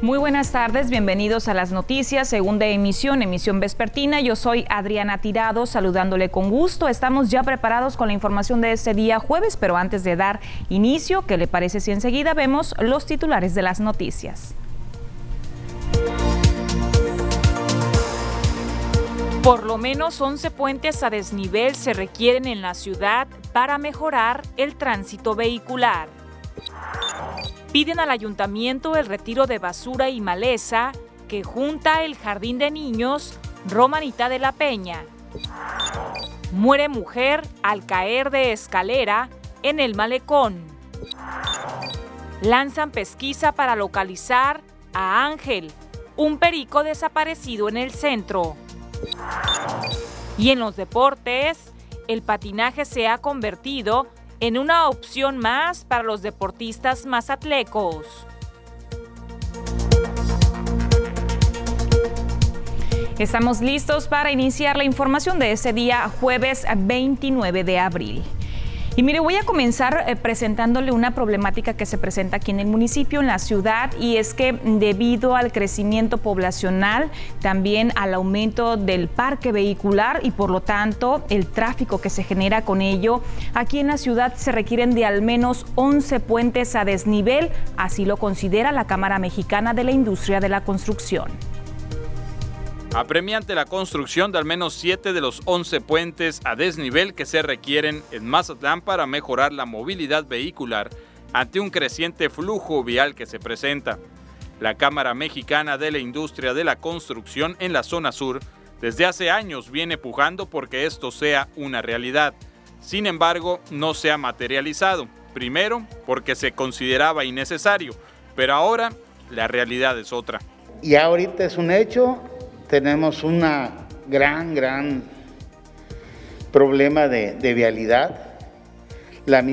Muy buenas tardes, bienvenidos a las noticias, segunda emisión vespertina. Yo soy Adriana Tirado, saludándole con gusto. Estamos ya preparados con la información de este día jueves, pero antes de dar inicio, ¿qué le parece si enseguida vemos los titulares de las noticias? Por lo menos 11 puentes a desnivel se requieren en la ciudad para mejorar el tránsito vehicular. Piden al ayuntamiento el retiro de basura y maleza que junta el jardín de niños Romanita de la Peña. Muere mujer al caer de escalera en el malecón. Lanzan pesquisa para localizar a Ángel, un perico desaparecido en el centro. Y en los deportes, el patinaje se ha convertido en una opción más para los deportistas mazatlecos. Estamos listos para iniciar la información de este día jueves 29 de abril. Y mire, voy a comenzar presentándole una problemática que se presenta aquí en el municipio, en la ciudad, y es que debido al crecimiento poblacional, también al aumento del parque vehicular y por lo tanto el tráfico que se genera con ello, aquí en la ciudad se requieren de al menos 11 puentes a desnivel, así lo considera la Cámara Mexicana de la Industria de la Construcción. Apremiante la construcción de al menos 7 de los 11 puentes a desnivel que se requieren en Mazatlán para mejorar la movilidad vehicular ante un creciente flujo vial que se presenta. La Cámara Mexicana de la Industria de la Construcción en la zona sur desde hace años viene pujando porque esto sea una realidad. Sin embargo, no se ha materializado. Primero, porque se consideraba innecesario, pero ahora la realidad es otra. Y ahorita es un hecho. Tenemos una gran problema de vialidad. El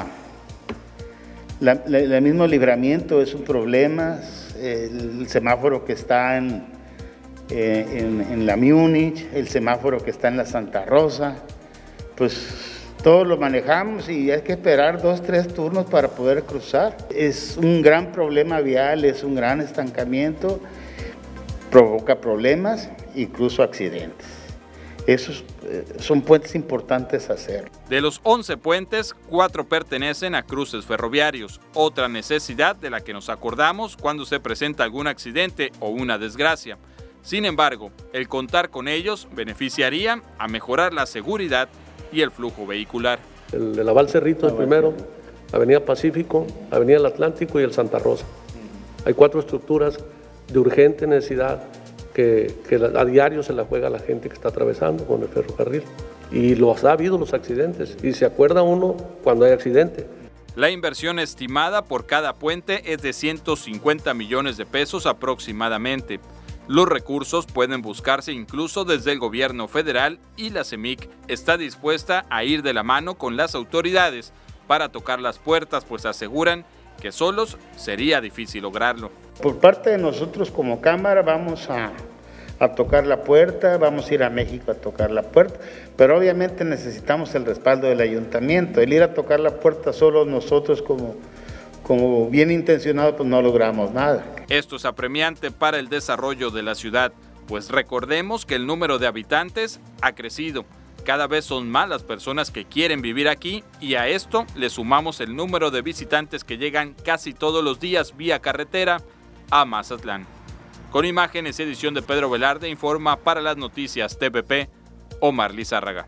mismo libramiento es un problema. El semáforo que está en la Múnich, el semáforo que está en la Santa Rosa, pues todos lo manejamos y hay que esperar 2-3 turnos para poder cruzar. Es un gran problema vial, es un gran estancamiento. Provoca problemas, incluso accidentes. Esos son puentes importantes a hacer. De los 11 puentes, 4 pertenecen a cruces ferroviarios, otra necesidad de la que nos acordamos cuando se presenta algún accidente o una desgracia. Sin embargo, el contar con ellos beneficiaría a mejorar la seguridad y el flujo vehicular. El de la Val Cerrito es primero, Avenida Pacífico, Avenida El Atlántico y el Santa Rosa. Hay 4 estructuras de urgente necesidad que a diario se la juega a la gente que está atravesando con el ferrocarril. Y ha habido los accidentes, y se acuerda uno cuando hay accidente. La inversión estimada por cada puente es de 150 millones de pesos aproximadamente. Los recursos pueden buscarse incluso desde el gobierno federal y la CEMIC está dispuesta a ir de la mano con las autoridades para tocar las puertas, pues aseguran que solos sería difícil lograrlo. Por parte de nosotros como Cámara vamos a tocar la puerta, vamos a ir a México a tocar la puerta, pero obviamente necesitamos el respaldo del ayuntamiento. El ir a tocar la puerta solo nosotros como bien intencionados pues no logramos nada. Esto es apremiante para el desarrollo de la ciudad, pues recordemos que el número de habitantes ha crecido. Cada vez son más las personas que quieren vivir aquí y a esto le sumamos el número de visitantes que llegan casi todos los días vía carretera a Mazatlán. Con imágenes y edición de Pedro Velarde, informa para las noticias TVP, Omar Lizárraga.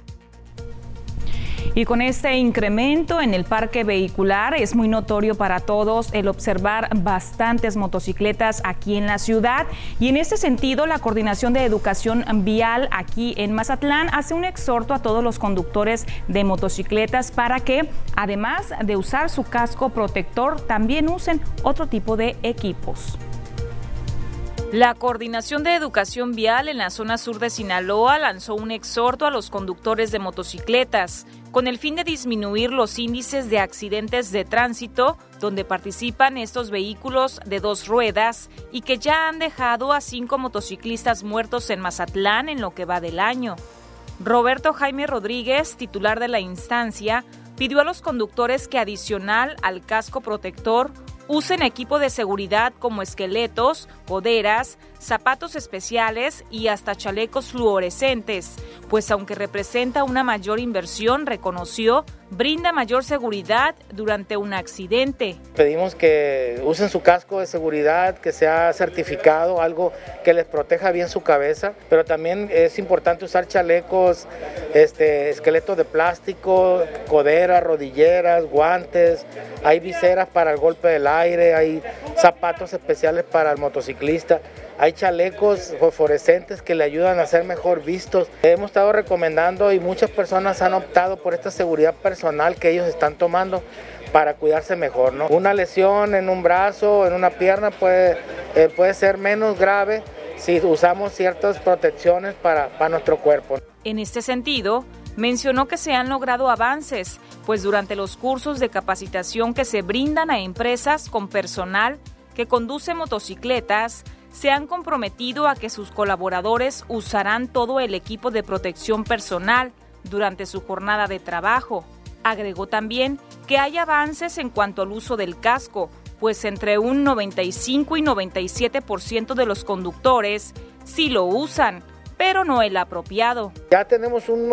Y con este incremento en el parque vehicular es muy notorio para todos el observar bastantes motocicletas aquí en la ciudad. Y en este sentido, la Coordinación de Educación Vial aquí en Mazatlán hace un exhorto a todos los conductores de motocicletas para que, además de usar su casco protector, también usen otro tipo de equipos. La Coordinación de Educación Vial en la zona sur de Sinaloa lanzó un exhorto a los conductores de motocicletas con el fin de disminuir los índices de accidentes de tránsito donde participan estos vehículos de 2 ruedas y que ya han dejado a 5 motociclistas muertos en Mazatlán en lo que va del año. Roberto Jaime Rodríguez, titular de la instancia, pidió a los conductores que adicional al casco protector usen equipo de seguridad como esqueletos, coderas, zapatos especiales y hasta chalecos fluorescentes, pues aunque representa una mayor inversión, reconoció, brinda mayor seguridad durante un accidente. Pedimos que usen su casco de seguridad, que sea certificado, algo que les proteja bien su cabeza, pero también es importante usar chalecos, esqueletos de plástico, coderas, rodilleras, guantes, hay viseras para el golpe del aire, hay zapatos especiales para el motociclista. Hay chalecos fosforescentes que le ayudan a ser mejor vistos. Hemos estado recomendando y muchas personas han optado por esta seguridad personal que ellos están tomando para cuidarse mejor, ¿no? Una lesión en un brazo, en una pierna puede ser menos grave si usamos ciertas protecciones para nuestro cuerpo. En este sentido, mencionó que se han logrado avances, pues durante los cursos de capacitación que se brindan a empresas con personal que conduce motocicletas, se han comprometido a que sus colaboradores usarán todo el equipo de protección personal durante su jornada de trabajo. Agregó también que hay avances en cuanto al uso del casco, pues entre un 95 y 97% de los conductores sí lo usan, pero no el apropiado. Ya tenemos un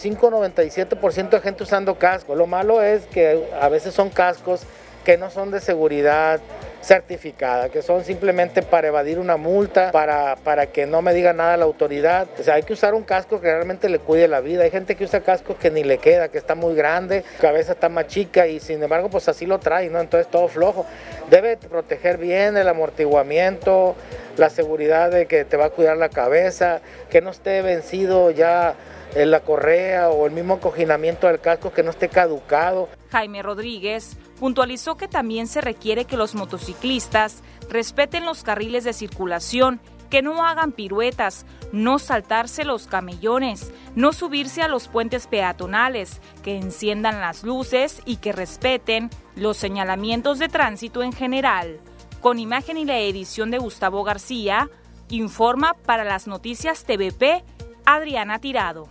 95-97% de gente usando casco. Lo malo es que a veces son cascos que no son de seguridad certificada, que son simplemente para evadir una multa, para que no me diga nada la autoridad. O sea, hay que usar un casco que realmente le cuide la vida. Hay gente que usa cascos que ni le queda, que está muy grande, cabeza está más chica y sin embargo pues así lo trae, ¿no? Entonces todo flojo. Debe proteger bien el amortiguamiento, la seguridad de que te va a cuidar la cabeza, que no esté vencido ya en la correa o el mismo acoginamiento del casco, que no esté caducado. Jaime Rodríguez puntualizó que también se requiere que los motociclistas respeten los carriles de circulación, que no hagan piruetas, no saltarse los camellones, no subirse a los puentes peatonales, que enciendan las luces y que respeten los señalamientos de tránsito en general. Con imagen y la edición de Gustavo García, informa para las noticias TVP, Adriana Tirado.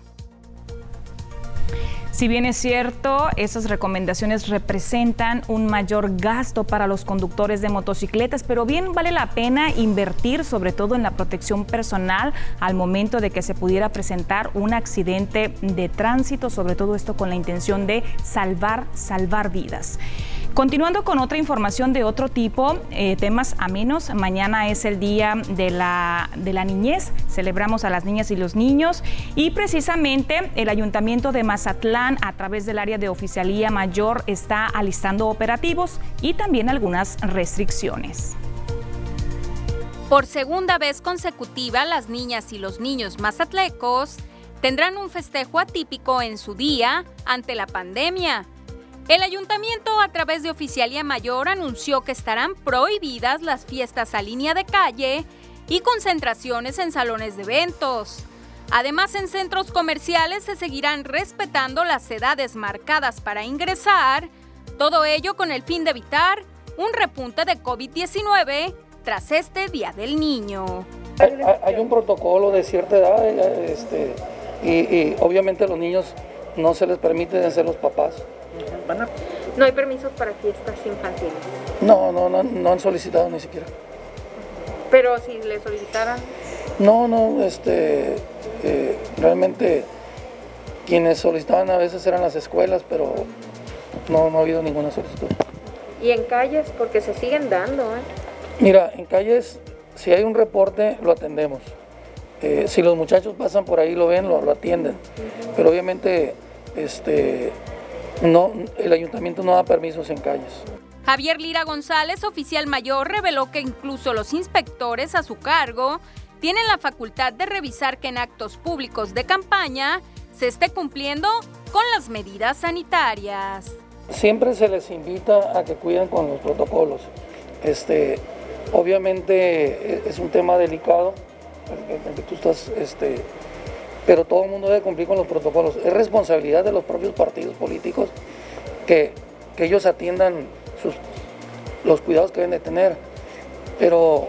Si bien es cierto, esas recomendaciones representan un mayor gasto para los conductores de motocicletas, pero bien vale la pena invertir sobre todo en la protección personal al momento de que se pudiera presentar un accidente de tránsito, sobre todo esto con la intención de salvar vidas. Continuando con otra información de otro tipo, temas amenos. Mañana es el Día de la Niñez. Celebramos a las niñas y los niños y precisamente el Ayuntamiento de Mazatlán, a través del área de Oficialía Mayor, está alistando operativos y también algunas restricciones. Por segunda vez consecutiva, las niñas y los niños mazatlecos tendrán un festejo atípico en su día ante la pandemia. El ayuntamiento, a través de Oficialía Mayor, anunció que estarán prohibidas las fiestas a línea de calle y concentraciones en salones de eventos. Además, en centros comerciales se seguirán respetando las edades marcadas para ingresar, todo ello con el fin de evitar un repunte de COVID-19 tras este Día del Niño. Hay un protocolo de cierta edad y obviamente a los niños no se les permite ser los papás. ¿No hay permisos para fiestas infantiles? No han solicitado ni siquiera. Pero si le solicitaran... Realmente quienes solicitaban a veces eran las escuelas, pero no ha habido ninguna solicitud. ¿Y en calles? Porque se siguen dando, ¿eh? Mira, en calles, si hay un reporte, lo atendemos. Si los muchachos pasan por ahí, lo ven, lo atienden. Pero obviamente el ayuntamiento no da permisos en calles. Javier Lira González, oficial mayor, reveló que incluso los inspectores a su cargo tienen la facultad de revisar que en actos públicos de campaña se esté cumpliendo con las medidas sanitarias. Siempre se les invita a que cuiden con los protocolos. Obviamente es un tema delicado, el que tú estás, pero todo el mundo debe cumplir con los protocolos. Es responsabilidad de los propios partidos políticos que ellos atiendan los cuidados que deben de tener, pero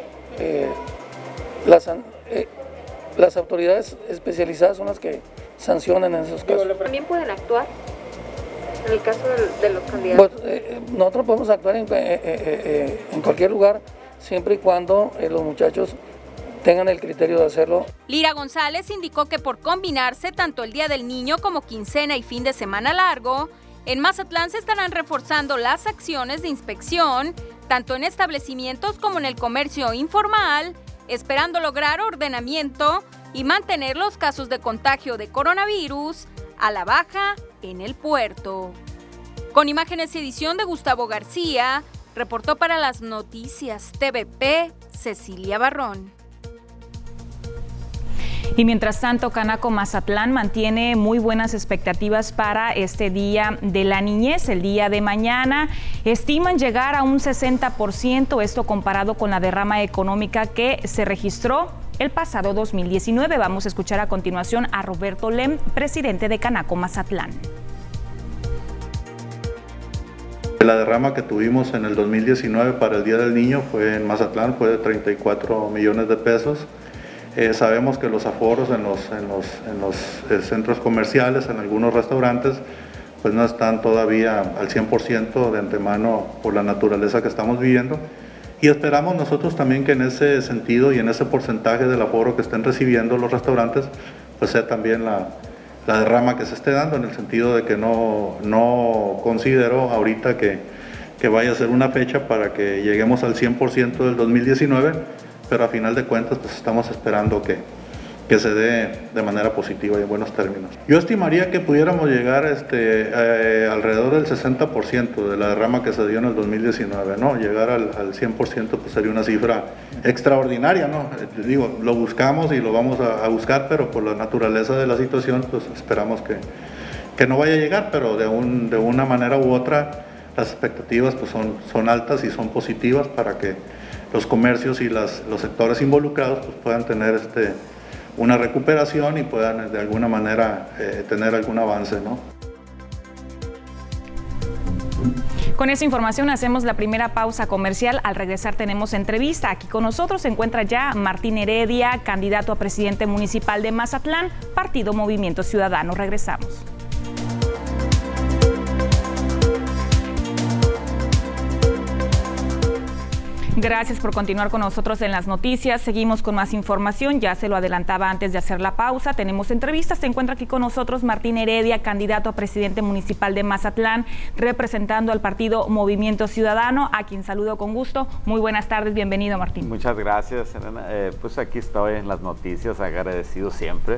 las autoridades especializadas son las que sancionan en esos casos. ¿También pueden actuar? en el caso de los candidatos? Pues, nosotros podemos actuar en cualquier lugar, siempre y cuando los muchachos tengan el criterio de hacerlo. Lira González indicó que por combinarse tanto el Día del Niño como quincena y fin de semana largo, en Mazatlán se estarán reforzando las acciones de inspección, tanto en establecimientos como en el comercio informal, esperando lograr ordenamiento y mantener los casos de contagio de coronavirus a la baja en el puerto. Con imágenes y edición de Gustavo García, reportó para las Noticias TVP Cecilia Barrón. Y mientras tanto, Canaco Mazatlán mantiene muy buenas expectativas para este Día de la Niñez, el día de mañana. Estiman llegar a un 60%, esto comparado con la derrama económica que se registró el pasado 2019. Vamos a escuchar a continuación a Roberto Lem, presidente de Canaco Mazatlán. La derrama que tuvimos en el 2019 para el Día del Niño en Mazatlán fue de 34 millones de pesos. Sabemos que los aforos en los centros comerciales, en algunos restaurantes, pues no están todavía al 100% de antemano por la naturaleza que estamos viviendo. Y esperamos nosotros también que en ese sentido y en ese porcentaje del aforo que estén recibiendo los restaurantes, pues sea también la derrama que se esté dando, en el sentido de que no considero ahorita que vaya a ser una fecha para que lleguemos al 100% del 2019, pero a final de cuentas pues estamos esperando que se dé de manera positiva y en buenos términos. Yo estimaría que pudiéramos llegar alrededor del 60% de la derrama que se dio en el 2019, ¿no? Llegar al 100% pues sería una cifra extraordinaria, ¿no? Digo, lo buscamos y lo vamos a buscar, pero por la naturaleza de la situación pues esperamos que no vaya a llegar, pero de una manera u otra las expectativas pues son altas y son positivas para que los comercios y los sectores involucrados pues puedan tener una recuperación y puedan de alguna manera tener algún avance, ¿no? Con esa información hacemos la primera pausa comercial. Al regresar tenemos entrevista. Aquí con nosotros se encuentra ya Martín Heredia, candidato a presidente municipal de Mazatlán, Partido Movimiento Ciudadano. Regresamos. Gracias por continuar con nosotros en las noticias. Seguimos con más información. Ya se lo adelantaba antes de hacer la pausa. Tenemos entrevistas. Se encuentra aquí con nosotros Martín Heredia, candidato a presidente municipal de Mazatlán, representando al partido Movimiento Ciudadano, a quien saludo con gusto. Muy buenas tardes. Bienvenido, Martín. Muchas gracias, Elena. Pues aquí estoy en las noticias, agradecido siempre.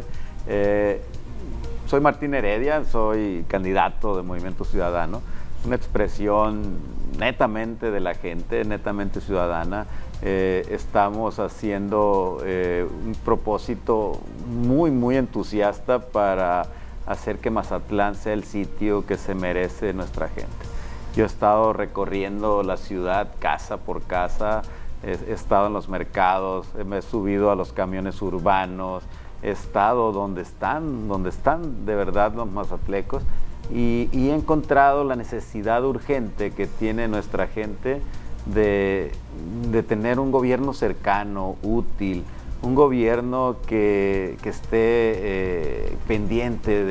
Soy Martín Heredia, soy candidato de Movimiento Ciudadano, una expresión netamente de la gente, netamente ciudadana. Estamos haciendo un propósito muy entusiasta para hacer que Mazatlán sea el sitio que se merece nuestra gente. Yo he estado recorriendo la ciudad casa por casa, he estado en los mercados, me he subido a los camiones urbanos, he estado donde están de verdad los mazatlecos. Y he encontrado la necesidad urgente que tiene nuestra gente de tener un gobierno cercano, útil, un gobierno que esté pendiente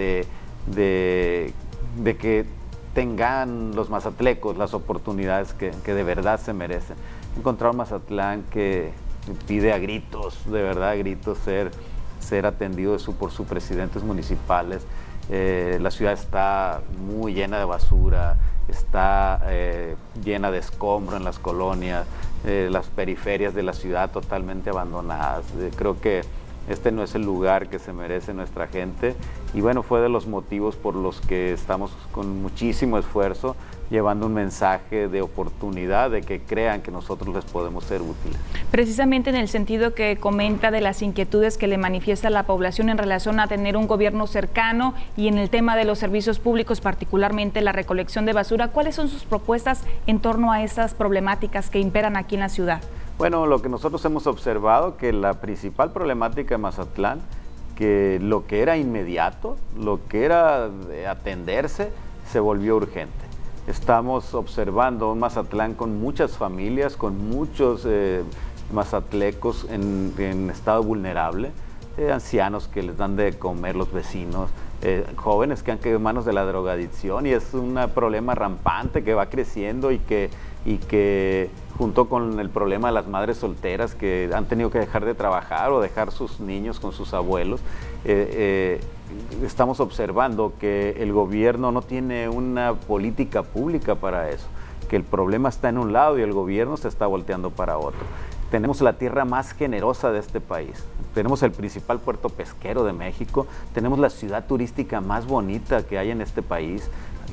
de que tengan los mazatlecos las oportunidades que de verdad se merecen. He encontrado un Mazatlán que pide a gritos, de verdad a gritos, ser atendido por sus presidentes municipales. La ciudad está muy llena de basura, está llena de escombro en las colonias, las periferias de la ciudad totalmente abandonadas. Creo que este no es el lugar que se merece nuestra gente y bueno, fue de los motivos por los que estamos con muchísimo esfuerzo llevando un mensaje de oportunidad, de que crean que nosotros les podemos ser útiles. Precisamente en el sentido que comenta de las inquietudes que le manifiesta la población en relación a tener un gobierno cercano y en el tema de los servicios públicos, particularmente la recolección de basura, ¿cuáles son sus propuestas en torno a estas problemáticas que imperan aquí en la ciudad? Bueno, lo que nosotros hemos observado, que la principal problemática de Mazatlán, que lo que era inmediato, lo que era de atenderse, se volvió urgente. Estamos observando un Mazatlán con muchas familias, con muchos mazatlecos en estado vulnerable, ancianos que les dan de comer los vecinos, jóvenes que han quedado en manos de la drogadicción, y es un problema rampante que va creciendo y que junto con el problema de las madres solteras que han tenido que dejar de trabajar o dejar sus niños con sus abuelos, estamos observando que el gobierno no tiene una política pública para eso, que el problema está en un lado y el gobierno se está volteando para otro. Tenemos la tierra más generosa de este país, tenemos el principal puerto pesquero de México, tenemos la ciudad turística más bonita que hay en este país.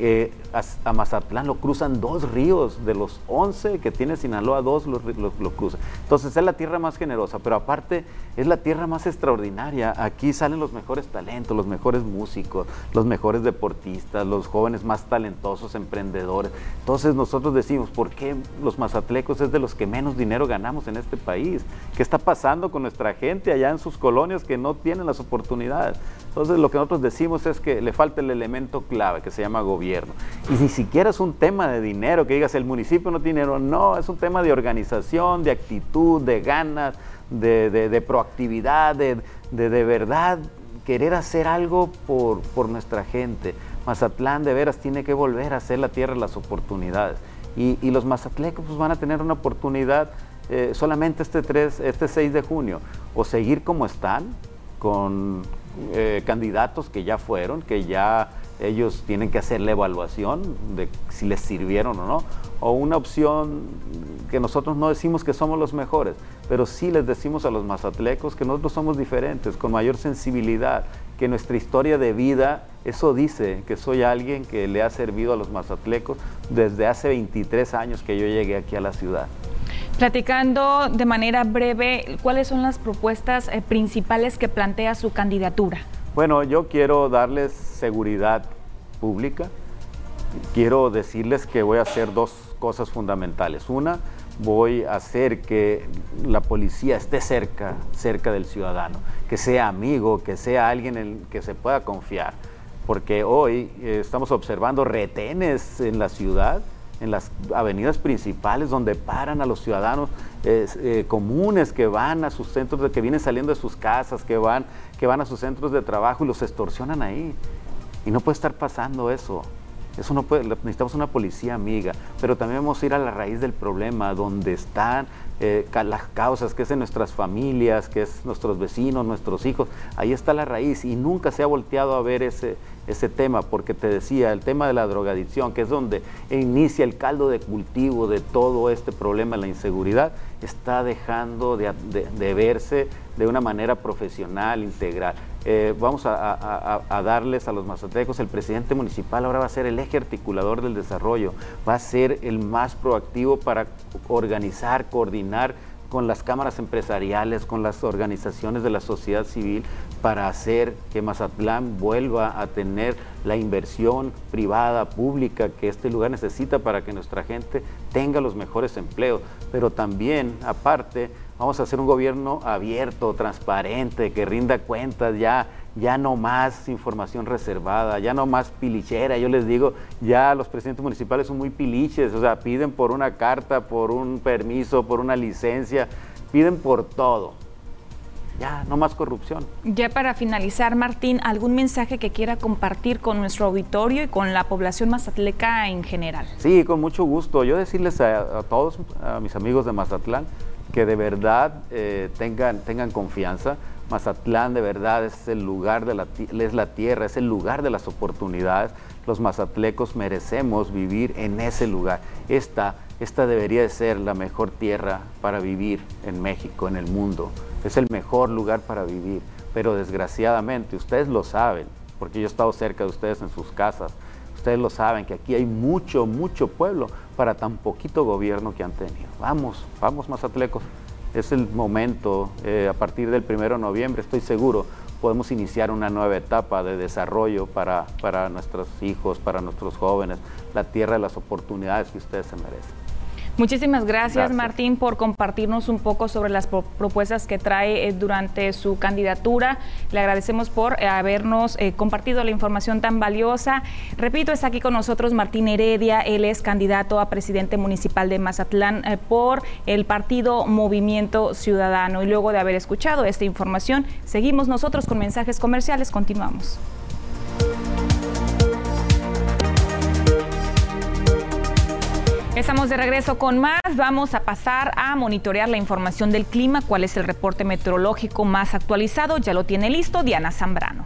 A Mazatlán lo cruzan 2 ríos, de los 11 que tiene Sinaloa, 2 lo cruzan. Entonces es la tierra más generosa, pero aparte es la tierra más extraordinaria. Aquí salen los mejores talentos, los mejores músicos, los mejores deportistas, los jóvenes más talentosos, emprendedores. Entonces nosotros decimos, ¿por qué los mazatlecos es de los que menos dinero ganamos en este país? ¿Qué está pasando con nuestra gente allá en sus colonias que no tienen las oportunidades? Entonces lo que nosotros decimos es que le falta el elemento clave que se llama gobierno. Y ni siquiera es un tema de dinero, que digas el municipio no tiene dinero, no, es un tema de organización, de actitud, de ganas, de proactividad, de verdad querer hacer algo por nuestra gente. Mazatlán de veras tiene que volver a ser la tierra de las oportunidades. Y los mazatlecos pues, van a tener una oportunidad solamente este 6 de junio, o seguir como están, con candidatos que ya fueron, que ya ellos tienen que hacer la evaluación de si les sirvieron o no, o una opción que nosotros no decimos que somos los mejores, pero sí les decimos a los mazatlecos que nosotros somos diferentes, con mayor sensibilidad, que nuestra historia de vida, eso dice que soy alguien que le ha servido a los mazatlecos desde hace 23 años que yo llegué aquí a la ciudad. Platicando de manera breve, ¿cuáles son las propuestas principales que plantea su candidatura? Bueno, yo quiero darles seguridad pública. Quiero decirles que voy a hacer 2 cosas fundamentales. Una, voy a hacer que la policía esté cerca del ciudadano, que sea amigo, que sea alguien en el que se pueda confiar. Porque hoy estamos observando retenes en la ciudad, en las avenidas principales donde paran a los ciudadanos comunes que van a sus centros, que vienen saliendo de sus casas, que van a sus centros de trabajo y los extorsionan ahí. Y no puede estar pasando eso. Eso no puede, necesitamos una policía amiga, pero también vamos a ir a la raíz del problema, donde están las causas, que es en nuestras familias, que es nuestros vecinos, nuestros hijos. Ahí está la raíz y nunca se ha volteado a ver ese tema, porque te decía, el tema de la drogadicción, que es donde inicia el caldo de cultivo de todo este problema, la inseguridad, está dejando de verse de una manera profesional, integral. Vamos a darles a los mazatlecos, el presidente municipal ahora va a ser el eje articulador del desarrollo, va a ser el más proactivo para organizar, coordinar con las cámaras empresariales, con las organizaciones de la sociedad civil, para hacer que Mazatlán vuelva a tener la inversión privada, pública, que este lugar necesita para que nuestra gente tenga los mejores empleos. Pero también, aparte, vamos a hacer un gobierno abierto, transparente, que rinda cuentas, ya no más información reservada, ya no más pilichera. Yo les digo, ya los presidentes municipales son muy piliches, o sea, piden por una carta, por un permiso, por una licencia, piden por todo. Ya, no más corrupción. Ya para finalizar, Martín, ¿algún mensaje que quiera compartir con nuestro auditorio y con la población mazatleca en general? Sí, con mucho gusto. Yo decirles a todos, a mis amigos de Mazatlán, que de verdad tengan confianza. Mazatlán de verdad es el lugar es la tierra, es el lugar de las oportunidades. Los mazatlecos merecemos vivir en ese lugar. Esta debería de ser la mejor tierra para vivir en México, en el mundo. Es el mejor lugar para vivir, pero desgraciadamente, ustedes lo saben, porque yo he estado cerca de ustedes en sus casas, ustedes lo saben, que aquí hay mucho pueblo para tan poquito gobierno que han tenido. Vamos mazatlecos, es el momento, a partir del 1 de noviembre, estoy seguro, podemos iniciar una nueva etapa de desarrollo para nuestros hijos, para nuestros jóvenes, la tierra de las oportunidades que ustedes se merecen. Muchísimas gracias, Martín, por compartirnos un poco sobre las propuestas que trae durante su candidatura. Le agradecemos por habernos compartido la información tan valiosa. Repito, está aquí con nosotros Martín Heredia. Él es candidato a presidente municipal de Mazatlán por el partido Movimiento Ciudadano. Y luego de haber escuchado esta información, seguimos nosotros con mensajes comerciales. Continuamos. Estamos de regreso con más. Vamos a pasar a monitorear la información del clima. ¿Cuál es el reporte meteorológico más actualizado? Ya lo tiene listo Diana Zambrano.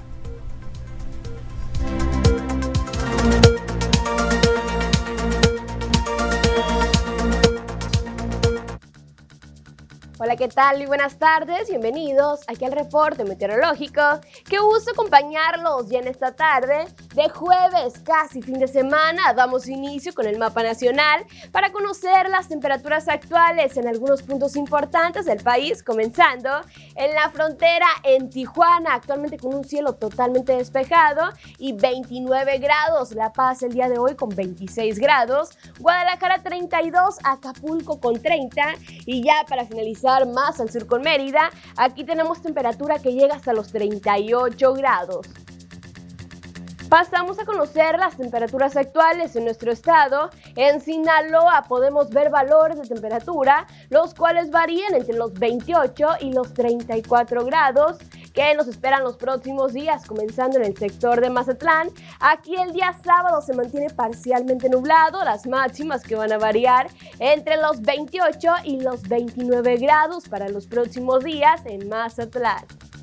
Hola, ¿qué tal? Muy buenas tardes, bienvenidos aquí al reporte meteorológico. Qué gusto acompañarlos ya en esta tarde de jueves, casi fin de semana. Damos inicio con el mapa nacional para conocer las temperaturas actuales en algunos puntos importantes del país, comenzando en la frontera en Tijuana, actualmente con un cielo totalmente despejado y 29 grados. La Paz el día de hoy con 26 grados, Guadalajara 32, Acapulco con 30 y ya para finalizar más al sur con Mérida, aquí tenemos temperatura que llega hasta los 38 grados. Pasamos a conocer las temperaturas actuales en nuestro estado. En Sinaloa podemos ver valores de temperatura, los cuales varían entre los 28 y los 34 grados, que nos esperan los próximos días, comenzando en el sector de Mazatlán. Aquí el día sábado se mantiene parcialmente nublado, las máximas que van a variar entre los 28 y los 29 grados para los próximos días en Mazatlán.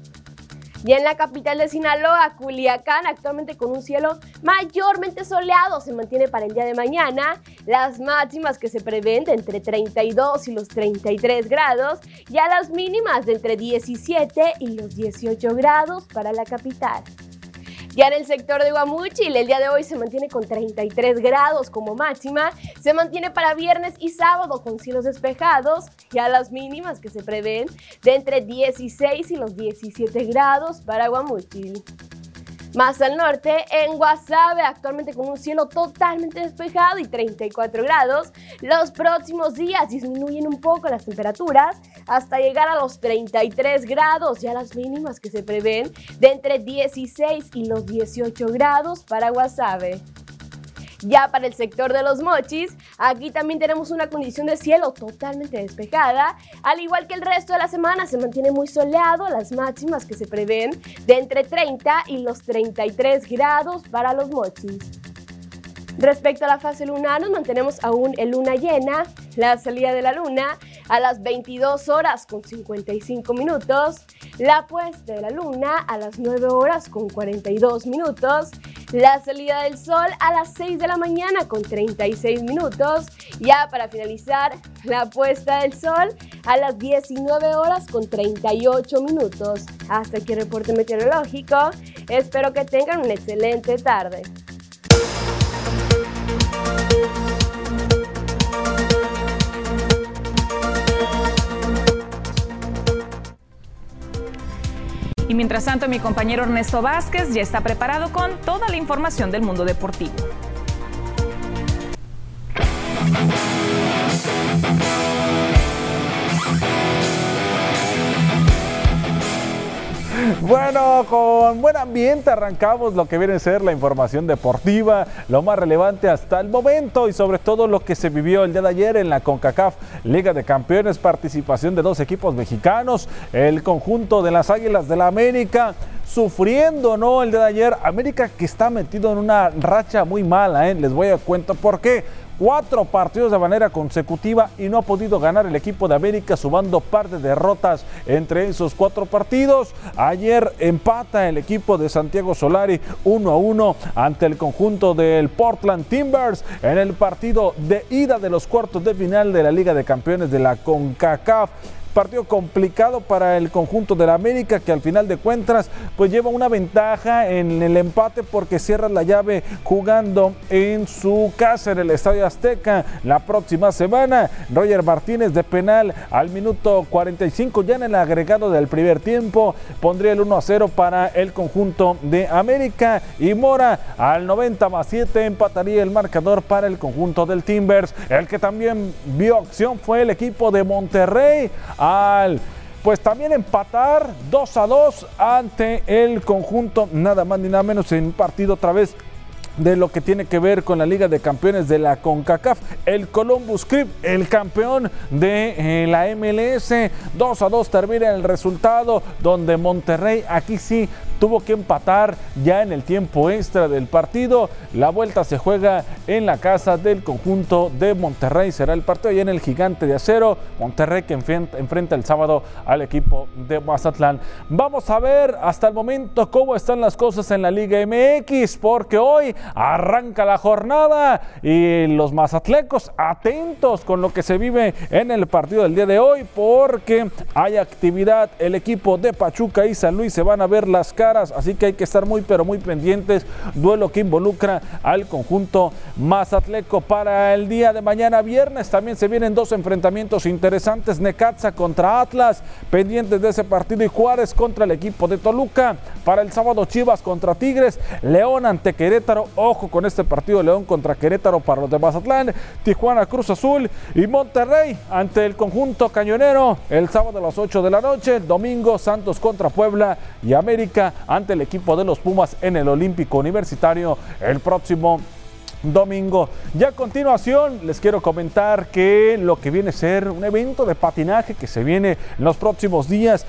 Y en la capital de Sinaloa, Culiacán, actualmente con un cielo mayormente soleado, se mantiene para el día de mañana. Las máximas que se prevén de entre 32 y los 33 grados, y a las mínimas de entre 17 y los 18 grados para la capital. Ya en el sector de Guamúchil, el día de hoy se mantiene con 33 grados como máxima, se mantiene para viernes y sábado con cielos despejados, ya las mínimas que se prevén de entre 16 y los 17 grados para Guamúchil. Más al norte, en Guasave, actualmente con un cielo totalmente despejado y 34 grados. Los próximos días disminuyen un poco las temperaturas hasta llegar a los 33 grados, ya las mínimas que se prevén de entre 16 y los 18 grados para Guasave. Ya para el sector de Los Mochis, aquí también tenemos una condición de cielo totalmente despejada. Al igual que el resto de la semana, se mantiene muy soleado, las máximas que se prevén de entre 30 y los 33 grados para Los Mochis. Respecto a la fase lunar, nos mantenemos aún en luna llena. La salida de la luna a las 22 horas con 55 minutos. La puesta de la luna a las 9 horas con 42 minutos. La salida del sol a las 6 de la mañana con 36 minutos. Ya para finalizar, la puesta del sol a las 19 horas con 38 minutos. Hasta aquí el reporte meteorológico. Espero que tengan una excelente tarde. Y mientras tanto, mi compañero Ernesto Vázquez ya está preparado con toda la información del mundo deportivo. Bueno, con buen ambiente arrancamos lo que viene a ser la información deportiva, lo más relevante hasta el momento y sobre todo lo que se vivió el día de ayer en la CONCACAF Liga de Campeones, participación de 2 equipos mexicanos, el conjunto de las Águilas del la América sufriendo, ¿no? El día de ayer, América que está metido en una racha muy mala, les voy a contar por qué. 4 partidos de manera consecutiva y no ha podido ganar el equipo de América, sumando par de derrotas entre esos 4 partidos. Ayer empata el equipo de Santiago Solari 1-1 ante el conjunto del Portland Timbers en el partido de ida de los cuartos de final de la Liga de Campeones de la CONCACAF. partido complicado para el conjunto de la América, que al final de cuentas pues lleva una ventaja en el empate porque cierra la llave jugando en su casa en el Estadio Azteca. La próxima semana, Roger Martínez de penal al minuto 45, ya en el agregado del primer tiempo, pondría el 1-0 para el conjunto de América, y Mora al 90+7 empataría el marcador para el conjunto del Timbers. El que también vio acción fue el equipo de Monterrey al pues también empatar 2-2 ante el conjunto, nada más ni nada menos, en un partido otra vez de lo que tiene que ver con la Liga de Campeones de la CONCACAF. El Columbus Crew, el campeón de la MLS, 2-2 termina el resultado, donde Monterrey aquí sí tuvo que empatar ya en el tiempo extra del partido. La vuelta se juega en la casa del conjunto de Monterrey. Será el partido ya en el Gigante de Acero. Monterrey que enfrenta el sábado al equipo de Mazatlán. Vamos a ver hasta el momento cómo están las cosas en la Liga MX, porque hoy arranca la jornada y los mazatlecos atentos con lo que se vive en el partido del día de hoy, porque hay actividad. El equipo de Pachuca y San Luis se van a ver las caras, así que hay que estar muy pero muy pendientes. Duelo que involucra al conjunto mazatleco. Para el día de mañana viernes también se vienen dos enfrentamientos interesantes: Necaxa contra Atlas, pendientes de ese partido, y Juárez contra el equipo de Toluca. Para el sábado, Chivas contra Tigres, León ante Querétaro, ojo con este partido, León contra Querétaro para los de Mazatlán, Tijuana Cruz Azul, y Monterrey ante el conjunto cañonero el sábado a las 8 de la noche. Domingo, Santos contra Puebla, y América ante el equipo de los Pumas en el Olímpico Universitario el próximo domingo. Ya a continuación les quiero comentar que lo que viene a ser un evento de patinaje que se viene en los próximos días,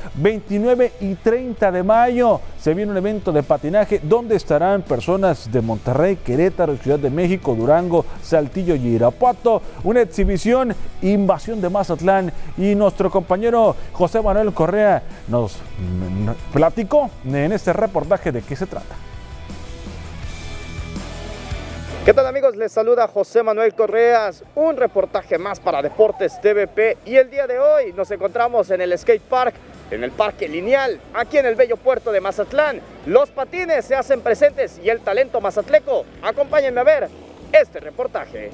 29 y 30 de mayo, se viene un evento de patinaje donde estarán personas de Monterrey, Querétaro, Ciudad de México, Durango, Saltillo y Irapuato. Una exhibición, Invasión de Mazatlán, y nuestro compañero José Manuel Correa nos platicó en este reportaje de qué se trata. ¿Qué tal, amigos? Les saluda José Manuel Correas, un reportaje más para Deportes TVP, y el día de hoy nos encontramos en el skate park, en el Parque Lineal, aquí en el bello puerto de Mazatlán. Los patines se hacen presentes y el talento mazatleco. Acompáñenme a ver este reportaje.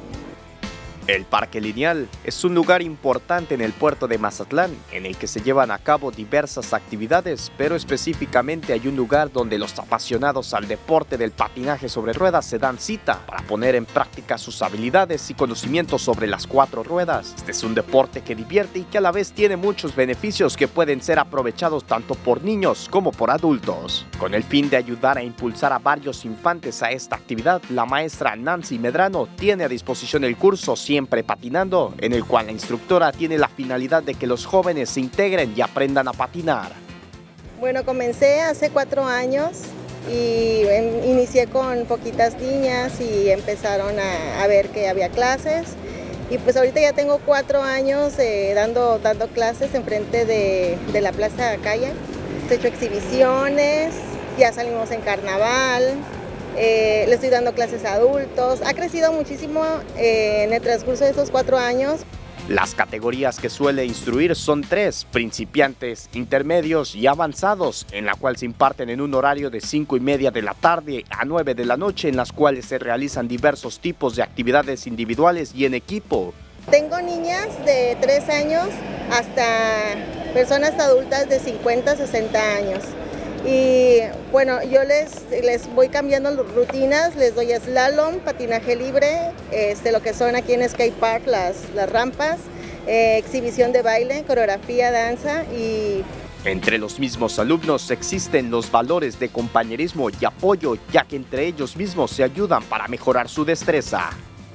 El Parque Lineal es un lugar importante en el puerto de Mazatlán, en el que se llevan a cabo diversas actividades, pero específicamente hay un lugar donde los apasionados al deporte del patinaje sobre ruedas se dan cita para poner en práctica sus habilidades y conocimientos sobre las 4 ruedas. Este es un deporte que divierte y que a la vez tiene muchos beneficios que pueden ser aprovechados tanto por niños como por adultos. Con el fin de ayudar a impulsar a varios infantes a esta actividad, la maestra Nancy Medrano tiene a disposición el curso Siempre Patinando, en el cual la instructora tiene la finalidad de que los jóvenes se integren y aprendan a patinar. Bueno, comencé hace 4 años y inicié con poquitas niñas y empezaron a ver que había clases, y pues ahorita ya tengo 4 años dando clases enfrente de la Plaza Calle. He hecho exhibiciones, ya salimos en carnaval. Le estoy dando clases a adultos. Ha crecido muchísimo en el transcurso de estos 4 años. Las categorías que suele instruir son 3, principiantes, intermedios y avanzados, en la cual se imparten en un horario de 5:30 de la tarde a 9 de la noche, en las cuales se realizan diversos tipos de actividades individuales y en equipo. Tengo niñas de 3 años hasta personas adultas de 50, 60 años. Y bueno, yo les voy cambiando rutinas, les doy slalom, patinaje libre, lo que son aquí en skate park las rampas, exhibición de baile, coreografía, danza y... Entre los mismos alumnos existen los valores de compañerismo y apoyo, ya que entre ellos mismos se ayudan para mejorar su destreza.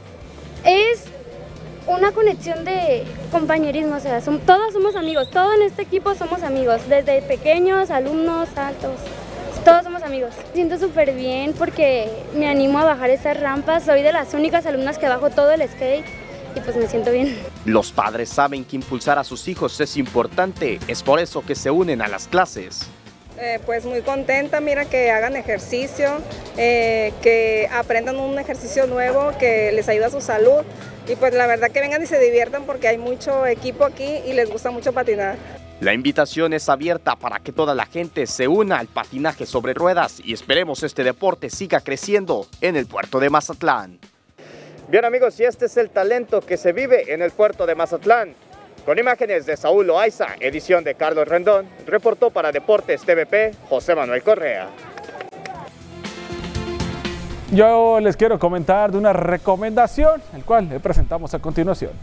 Es una conexión de compañerismo, o sea, todos somos amigos, todos en este equipo somos amigos, desde pequeños, alumnos, altos, todos somos amigos. Me siento súper bien porque me animo a bajar esas rampas, soy de las únicas alumnas que bajo todo el skate y pues me siento bien. Los padres saben que impulsar a sus hijos es importante, es por eso que se unen a las clases. Pues muy contenta, mira, que hagan ejercicio, que aprendan un ejercicio nuevo que les ayuda a su salud y pues la verdad que vengan y se diviertan porque hay mucho equipo aquí y les gusta mucho patinar. La invitación es abierta para que toda la gente se una al patinaje sobre ruedas y esperemos este deporte siga creciendo en el puerto de Mazatlán. Bien amigos, y este es el talento que se vive en el puerto de Mazatlán. Con imágenes de Saúl Loaiza, edición de Carlos Rendón, reportó para Deportes TVP, José Manuel Correa. Yo les quiero comentar de una recomendación, el cual le presentamos a continuación.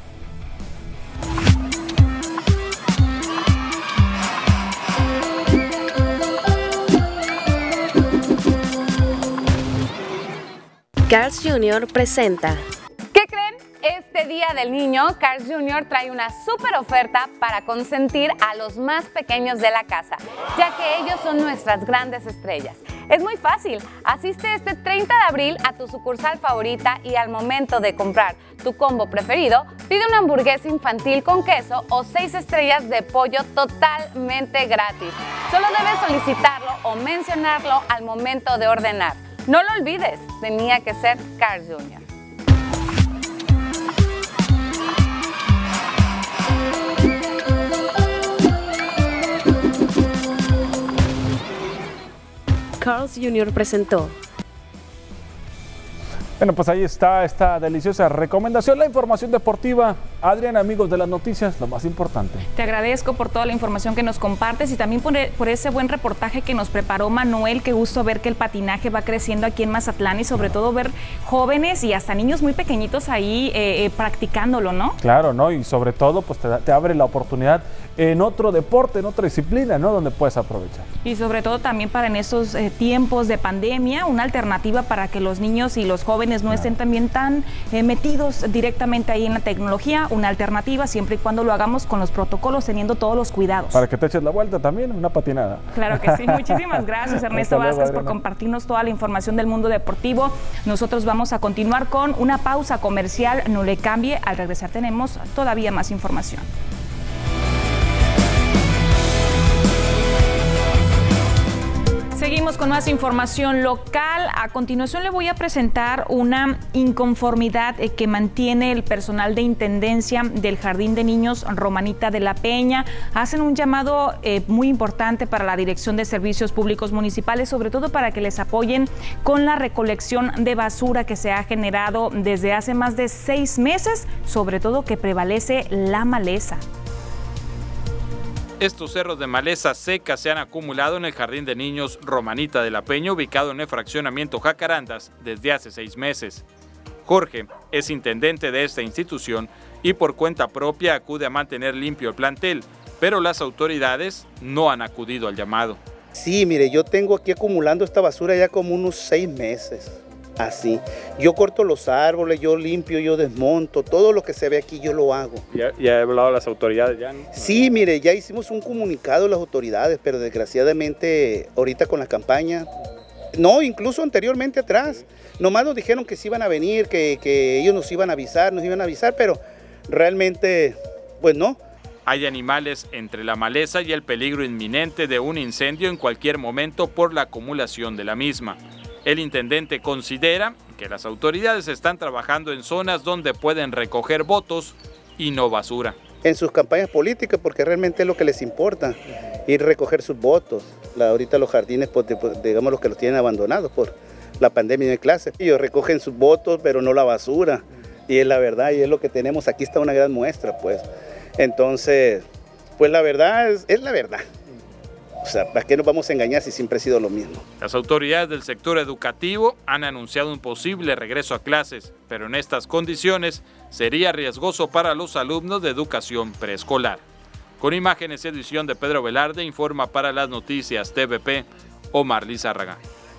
Carl's Jr. presenta. ¿Qué creen? Este Día del Niño, Carl's Jr. trae una súper oferta para consentir a los más pequeños de la casa, ya que ellos son nuestras grandes estrellas. Es muy fácil, asiste este 30 de abril a tu sucursal favorita y al momento de comprar tu combo preferido, pide una hamburguesa infantil con queso o 6 estrellas de pollo totalmente gratis. Solo debes solicitarlo o mencionarlo al momento de ordenar. No lo olvides, tenía que ser Carl's Jr. Carl's Jr. presentó. Bueno, pues ahí está esta deliciosa recomendación, la información deportiva. Adrián, amigos de las noticias, lo más importante. Te agradezco por toda la información que nos compartes y también por ese buen reportaje que nos preparó Manuel. Qué gusto ver que el patinaje va creciendo aquí en Mazatlán y sobre todo ver jóvenes y hasta niños muy pequeñitos ahí practicándolo, ¿no? Claro, ¿no? Y sobre todo, pues te abre la oportunidad en otro deporte, en otra disciplina, ¿no? Donde puedes aprovechar. Y sobre todo también para en estos tiempos de pandemia, una alternativa para que los niños y los jóvenes no estén también tan metidos directamente ahí en la tecnología, una alternativa siempre y cuando lo hagamos con los protocolos, teniendo todos los cuidados. Para que te eches la vuelta también, una patinada. Claro que sí. Muchísimas gracias, Ernesto Vázquez, por compartirnos toda la información del mundo deportivo. Nosotros vamos a continuar con una pausa comercial, no le cambie. Al regresar tenemos todavía más información. Seguimos con más información local. A continuación le voy a presentar una inconformidad que mantiene el personal de intendencia del Jardín de Niños Romanita de la Peña. Hacen un llamado muy importante para la Dirección de Servicios Públicos Municipales, sobre todo para que les apoyen con la recolección de basura que se ha generado desde hace más de 6 meses, sobre todo que prevalece la maleza. Estos cerros de maleza seca se han acumulado en el Jardín de Niños Romanita de la Peña, ubicado en el fraccionamiento Jacarandas, desde hace 6 meses. Jorge es intendente de esta institución y por cuenta propia acude a mantener limpio el plantel, pero las autoridades no han acudido al llamado. Sí, mire, yo tengo aquí acumulando esta basura ya como unos 6 meses. Así, yo corto los árboles, yo limpio, yo desmonto, todo lo que se ve aquí yo lo hago. ¿Ya he hablado a las autoridades ya, no? Sí, mire, ya hicimos un comunicado a las autoridades, pero desgraciadamente ahorita con la campaña, no, incluso anteriormente atrás, nomás nos dijeron que se iban a venir, que ellos nos iban a avisar, pero realmente, pues no. Hay animales entre la maleza y el peligro inminente de un incendio en cualquier momento por la acumulación de la misma. El intendente considera que las autoridades están trabajando en zonas donde pueden recoger votos y no basura. En sus campañas políticas, porque realmente es lo que les importa, ir a recoger sus votos. Ahorita los jardines, pues, digamos los que los tienen abandonados por la pandemia de clases. Ellos recogen sus votos, pero no la basura. Y es la verdad, y es lo que tenemos. Aquí está una gran muestra, pues. Entonces, pues la verdad es la verdad. O sea, ¿para qué nos vamos a engañar si siempre ha sido lo mismo? Las autoridades del sector educativo han anunciado un posible regreso a clases, pero en estas condiciones sería riesgoso para los alumnos de educación preescolar. Con imágenes y edición de Pedro Velarde, informa para las noticias TVP, Omar Lizárraga.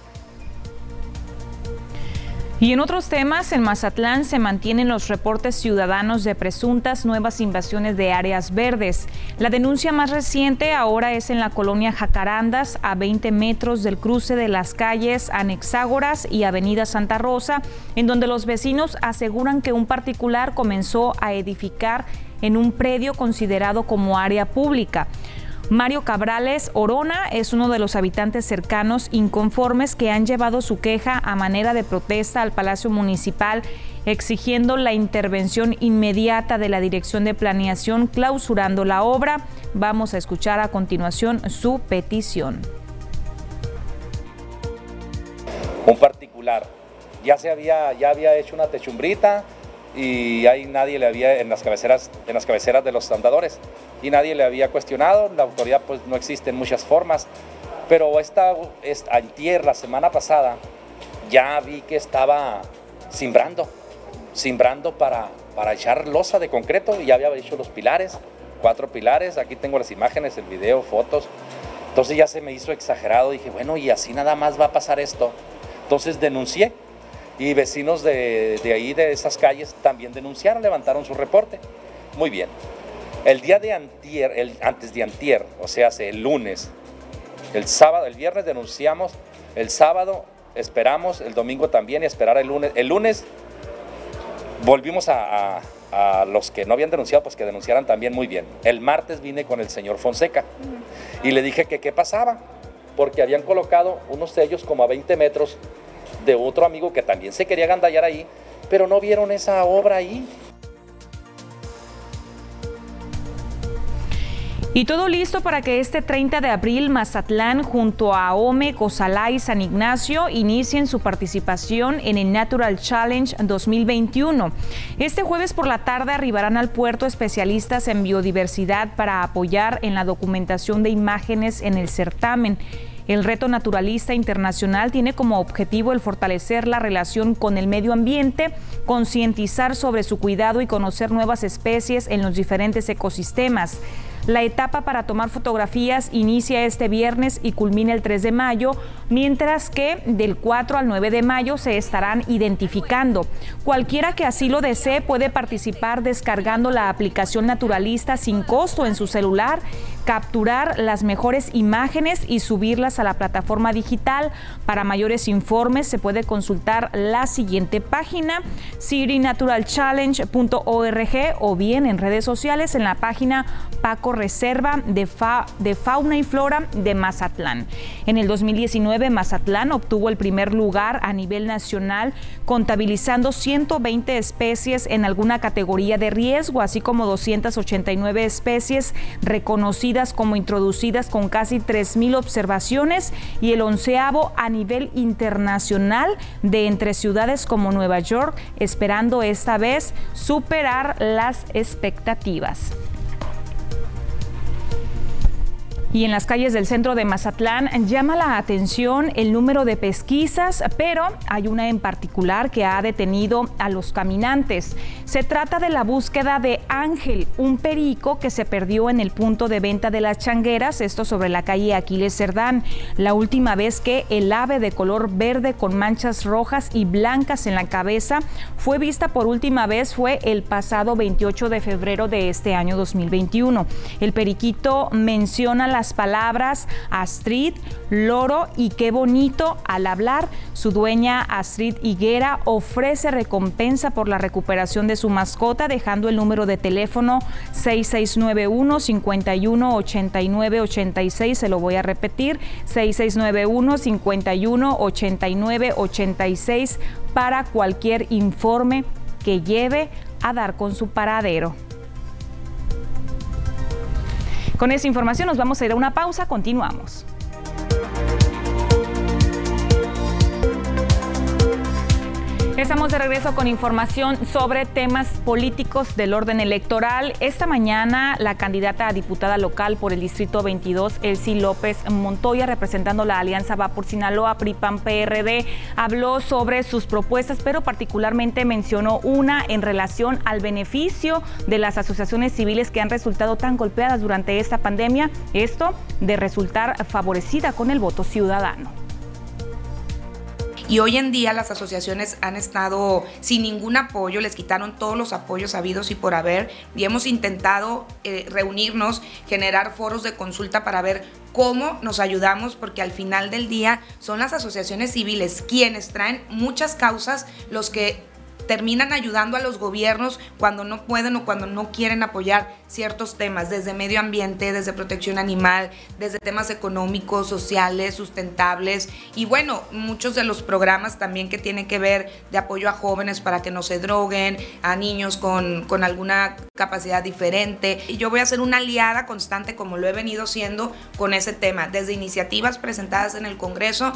Y en otros temas, en Mazatlán se mantienen los reportes ciudadanos de presuntas nuevas invasiones de áreas verdes. La denuncia más reciente ahora es en la colonia Jacarandas, a 20 metros del cruce de las calles Anexágoras y Avenida Santa Rosa, en donde los vecinos aseguran que un particular comenzó a edificar en un predio considerado como área pública. Mario Cabrales Orona es uno de los habitantes cercanos inconformes que han llevado su queja a manera de protesta al Palacio Municipal, exigiendo la intervención inmediata de la Dirección de Planeación, clausurando la obra. Vamos a escuchar a continuación su petición. Un particular ya había hecho una techumbrita y ahí nadie le había en las cabeceras de los andadores y nadie le había cuestionado. La autoridad pues no existe en muchas formas, pero antier, la semana pasada, ya vi que estaba simbrando para echar losa de concreto y ya había hecho los pilares, 4 pilares. Aquí tengo las imágenes, el video, fotos. Entonces ya se me hizo exagerado, dije, bueno, y así nada más va a pasar esto. Entonces denuncié y vecinos de ahí, de esas calles, también denunciaron, levantaron su reporte. Muy bien. El día de antier, antes de antier, o sea, el lunes, el sábado, el viernes denunciamos, el sábado esperamos, el domingo también y esperar el lunes. El lunes volvimos a los que no habían denunciado, pues que denunciaran también. Muy bien. El martes vine con el señor Fonseca y le dije que qué pasaba, porque habían colocado unos sellos como a 20 metros de otro amigo que también se quería agandallar ahí, pero no vieron esa obra ahí. Y todo listo para que este 30 de abril Mazatlán junto a Ahome, Cozalá y San Ignacio inicien su participación en el Natural Challenge 2021. Este jueves por la tarde arribarán al puerto especialistas en biodiversidad para apoyar en la documentación de imágenes en el certamen. El reto naturalista internacional tiene como objetivo el fortalecer la relación con el medio ambiente, concientizar sobre su cuidado y conocer nuevas especies en los diferentes ecosistemas. La etapa para tomar fotografías inicia este viernes y culmina el 3 de mayo, mientras que del 4 al 9 de mayo se estarán identificando. Cualquiera que así lo desee puede participar descargando la aplicación Naturalista sin costo en su celular, capturar las mejores imágenes y subirlas a la plataforma digital. Para mayores informes se puede consultar la siguiente página, citynaturalchallenge.org, o bien en redes sociales en la página Paco Reserva de Fauna y Flora de Mazatlán. En el 2019, Mazatlán obtuvo el primer lugar a nivel nacional, contabilizando 120 especies en alguna categoría de riesgo, así como 289 especies reconocidas como introducidas con casi 3,000 observaciones y el 11º a nivel internacional de entre ciudades como Nueva York, esperando esta vez superar las expectativas. Y en las calles del centro de Mazatlán llama la atención el número de pesquisas, pero hay una en particular que ha detenido a los caminantes. Se trata de la búsqueda de Ángel, un perico que se perdió en el punto de venta de las changueras, esto sobre la calle Aquiles Cerdán. La última vez que el ave de color verde con manchas rojas y blancas en la cabeza fue vista por última vez fue el pasado 28 de febrero de este año 2021. El periquito menciona las palabras Astrid, loro y qué bonito al hablar. Su dueña Astrid Higuera ofrece recompensa por la recuperación de su mascota, dejando el número de teléfono 6691-518986. Se lo voy a repetir, 6691-518986 para cualquier informe que lleve a dar con su paradero. Con esa información nos vamos a ir a una pausa, continuamos. Estamos de regreso con información sobre temas políticos del orden electoral. Esta mañana la candidata a diputada local por el Distrito 22, Elsie López Montoya, representando la Alianza Va por Sinaloa, PRI-PAN-PRD, habló sobre sus propuestas, pero particularmente mencionó una en relación al beneficio de las asociaciones civiles que han resultado tan golpeadas durante esta pandemia, esto de resultar favorecida con el voto ciudadano. Y hoy en día las asociaciones han estado sin ningún apoyo, les quitaron todos los apoyos habidos y por haber, y hemos intentado reunirnos, generar foros de consulta para ver cómo nos ayudamos, porque al final del día son las asociaciones civiles quienes traen muchas causas, los que terminan ayudando a los gobiernos cuando no pueden o cuando no quieren apoyar ciertos temas, desde medio ambiente, desde protección animal, desde temas económicos, sociales, sustentables y bueno, muchos de los programas también que tienen que ver de apoyo a jóvenes para que no se droguen, a niños con alguna capacidad diferente. Y yo voy a ser una aliada constante, como lo he venido siendo, con ese tema, desde iniciativas presentadas en el Congreso.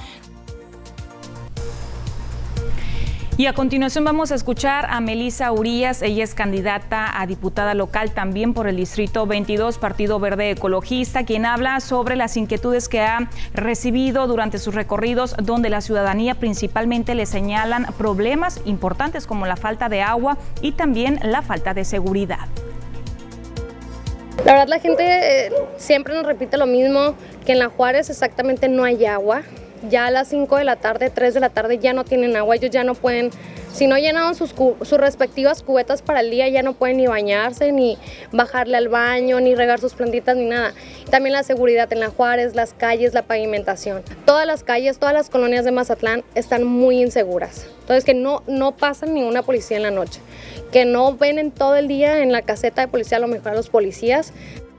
Y a continuación vamos a escuchar a Melissa Urías. Ella es candidata a diputada local también por el Distrito 22, Partido Verde Ecologista, quien habla sobre las inquietudes que ha recibido durante sus recorridos, donde la ciudadanía principalmente le señalan problemas importantes como la falta de agua y también la falta de seguridad. La verdad, la gente siempre nos repite lo mismo, que en la Juárez exactamente no hay agua. Ya a las 5 de la tarde, 3 de la tarde ya no tienen agua, ellos ya no pueden, si no llenaron sus respectivas cubetas para el día, ya no pueden ni bañarse, ni bajarle al baño, ni regar sus plantitas, ni nada. También la seguridad en la Juárez, las calles, la pavimentación. Todas las calles, todas las colonias de Mazatlán están muy inseguras. Entonces que no pasan ninguna policía en la noche, que no ven en todo el día en la caseta de policía a lo mejor a los policías.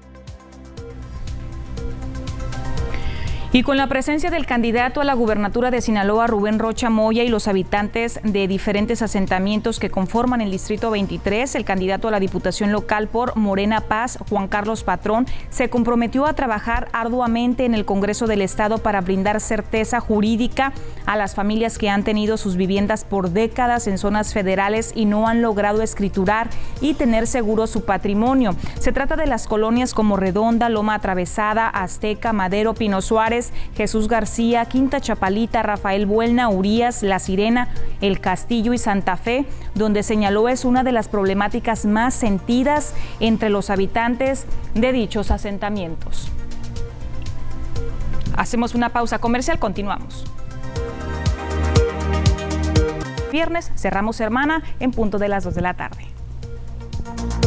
Y con la presencia del candidato a la gubernatura de Sinaloa, Rubén Rocha Moya, y los habitantes de diferentes asentamientos que conforman el Distrito 23, el candidato a la Diputación Local por Morena Paz, Juan Carlos Patrón, se comprometió a trabajar arduamente en el Congreso del Estado para brindar certeza jurídica a las familias que han tenido sus viviendas por décadas en zonas federales y no han logrado escriturar y tener seguro su patrimonio. Se trata de las colonias como Redonda, Loma Atravesada, Azteca, Madero, Pino Suárez, Jesús García, Quinta Chapalita, Rafael Buelna, Urías, La Sirena, El Castillo y Santa Fe, donde señaló es una de las problemáticas más sentidas entre los habitantes de dichos asentamientos. Hacemos una pausa comercial, continuamos. Viernes cerramos semana en punto de las 2 de la tarde.